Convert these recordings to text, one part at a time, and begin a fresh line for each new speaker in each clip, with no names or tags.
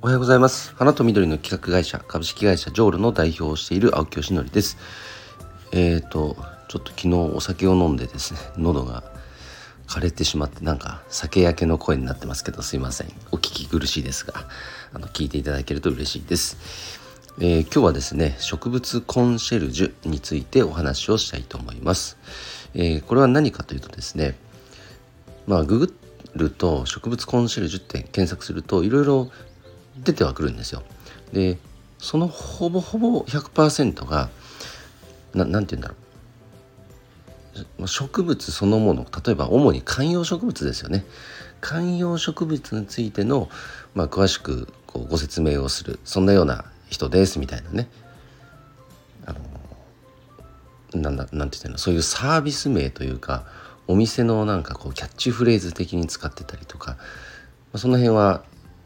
おはようございます。花と緑の企画会社株式会社ジョールの代表をしている青木よしのりです。ちょっと昨日お酒を飲んでですね、喉が枯れてしまって酒焼けの声になってますけど、すいません、お聞き苦しいですが聞いていただけると嬉しいです。今日はですね、植物コンシェルジュについてお話をしたいと思います。これは何かというとですね、ググると植物コンシェルジュって検索するといろいろ出てはくるんですよ。でそのほぼほぼ 100% がなんて言うんだろう、植物そのもの、例えば主に観葉植物ですよね。観葉植物についての、詳しくご説明をする、そんなような人ですみたいなね、なんて言ったの、そういうサービス名というか、お店のキャッチフレーズ的に使ってたりとか、その辺は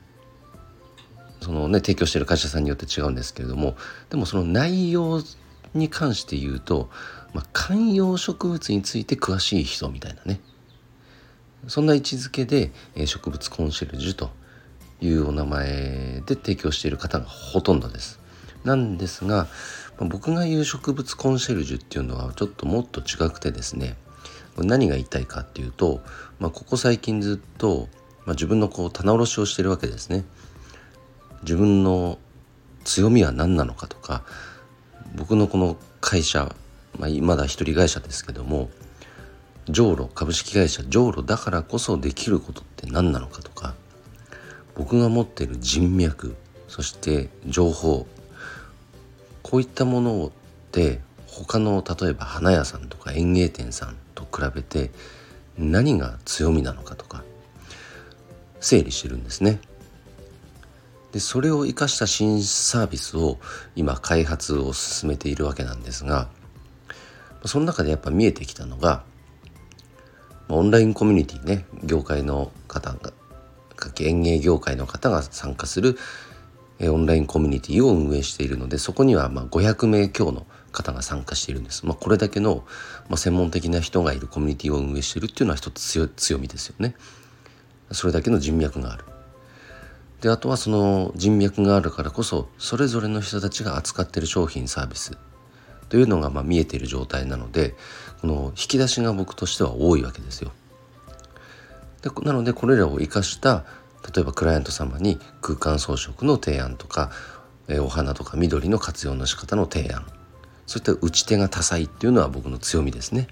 提供している会社さんによって違うんですけれども、でもその内容に関して言うと、観葉植物について詳しい人みたいなね、そんな位置づけで、植物コンシェルジュというお名前で提供している方がほとんどです。なんですが、僕が言う植物コンシェルジュっていうのはちょっともっと違くてですね、何が言いたいかっていうと、ここ最近ずっと、自分の棚卸しをしているわけですね。自分の強みは何なのかとか、僕のこの会社、まだ一人会社ですけども、ジョーロ株式会社ジョーロだからこそできることって何なのかとか、僕が持っている人脈、そして情報、こういったものって他の、例えば花屋さんとか園芸店さんと比べて何が強みなのかとか整理してるんですね。でそれを生かした新サービスを今開発を進めているわけなんですが、その中でやっぱ見えてきたのが、オンラインコミュニティね、業界の方が、園芸業界の方が参加するオンラインコミュニティを運営しているので、そこには500名強の方が参加しているんです。これだけの専門的な人がいるコミュニティを運営しているっていうのは一つ強みですよね。それだけの人脈がある。であとはその人脈があるからこそ、それぞれの人たちが扱っている商品サービスというのが見えている状態なので、この引き出しが僕としては多いわけですよ。なのでこれらを生かした、例えばクライアント様に空間装飾の提案とか、お花とか緑の活用の仕方の提案、そういった打ち手が多彩っていうのは僕の強みですね。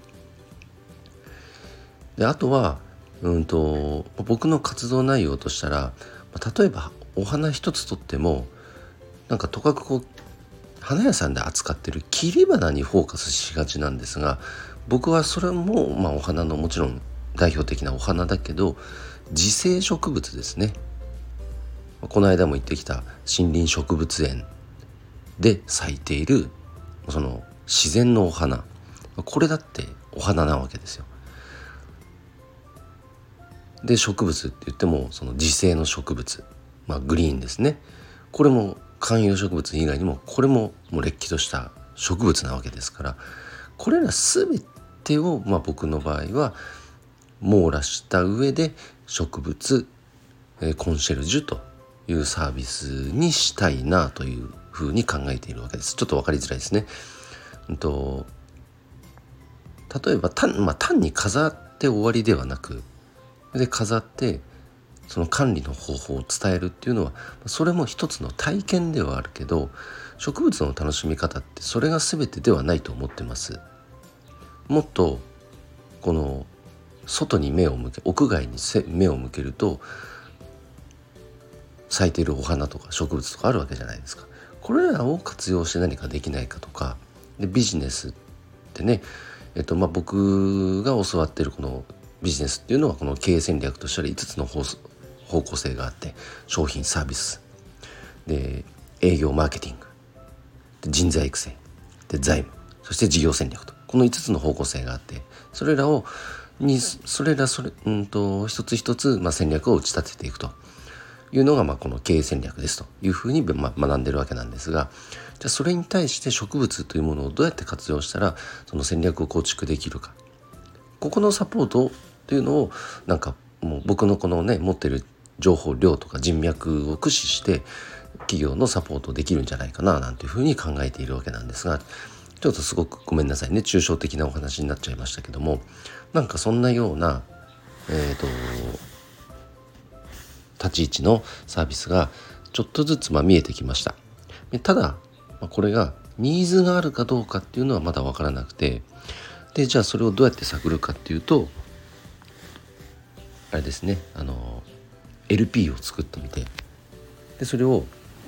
であとは僕の活動内容としたら、例えばお花一つとってもとかく花屋さんで扱ってる切り花にフォーカスしがちなんですが、僕はそれもお花のもちろん代表的なお花だけど、自生植物ですね。この間も行ってきた森林植物園で咲いているその自然のお花、これだってお花なわけですよ。で植物って言ってもその自生の植物、グリーンですね。これも観葉植物以外にも、これももうれっきとした植物なわけですから、これら全てを僕の場合は網羅した上で植物コンシェルジュというサービスにしたいなというふうに考えているわけです。ちょっと分かりづらいですね。例えば単に飾って終わりではなく、で飾ってその管理の方法を伝えるっていうのは、それも一つの体験ではあるけど、植物の楽しみ方ってそれが全てではないと思ってます。もっとこの外に目を向け、屋外に目を向けると咲いているお花とか植物とかあるわけじゃないですか。これらを活用して何かできないかとかで、ビジネスってね、僕が教わっているこのビジネスっていうのは、この経営戦略としては5つの方向性があって、商品サービスで営業マーケティングで人材育成で財務、そして事業戦略と、この5つの方向性があって、それら一つ一つ戦略を打ち立てていくというのがこの経営戦略ですというふうに学んでるわけなんですが、じゃあそれに対して植物というものをどうやって活用したらその戦略を構築できるか、ここのサポートというのをもう僕のこの持ってる情報量とか人脈を駆使して企業のサポートできるんじゃないかななんていうふうに考えているわけなんですが、ちょっとすごくごめんなさいね、抽象的なお話になっちゃいましたけども、なんかそんなような、立ち位置のサービスがちょっとずつ見えてきました。ただこれがニーズがあるかどうかっていうのはまだ分からなくて、でじゃあそれをどうやって探るかっていうと、あれですね、LP を作ってみて、でそれを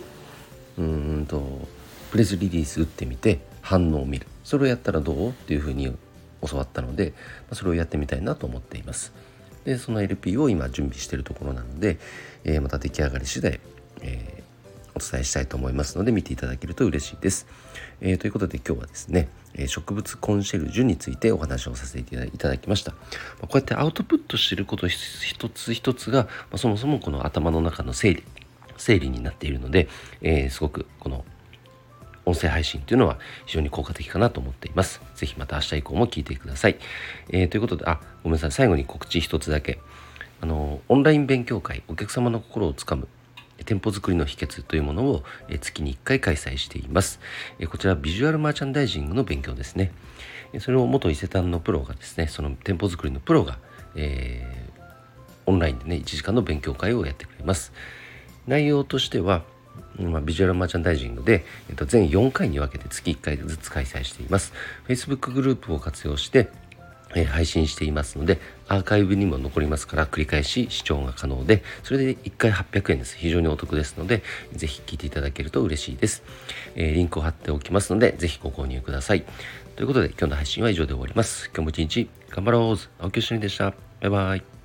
プレスリリース打ってみて反応を見る、それをやったらどうっていうふうに教わったので、それをやってみたいなと思っています。でその LP を今準備しているところなので、また出来上がり次第、お伝えしたいと思いますので見ていただけると嬉しいです。ということで今日はですね、植物コンシェルジュについてお話をさせていただきました。こうやってアウトプットしていること一つ一つが、そもそもこの頭の中の整理になっているので、すごくこの音声配信というのは非常に効果的かなと思っています。ぜひまた明日以降も聞いてください。ということで、ごめんなさい、最後に告知一つだけ。オンライン勉強会、お客様の心をつかむ店舗作りの秘訣というものを月に1回開催しています。こちらビジュアルマーチャンダイジングの勉強ですね。それを元伊勢丹のプロがですね、その店舗作りのプロが、オンラインでね1時間の勉強会をやってくれます。内容としてはビジュアルマーチャンダイジングで、全4回に分けて月1回ずつ開催しています。 Facebook グループを活用して配信していますので、アーカイブにも残りますから繰り返し視聴が可能で、それで1回800円です。非常にお得ですので、ぜひ聞いていただけると嬉しいです。リンクを貼っておきますので、ぜひご購入ください。ということで今日の配信は以上で終わります。今日も一日頑張ろう。青木よしのりでした。バイバイ。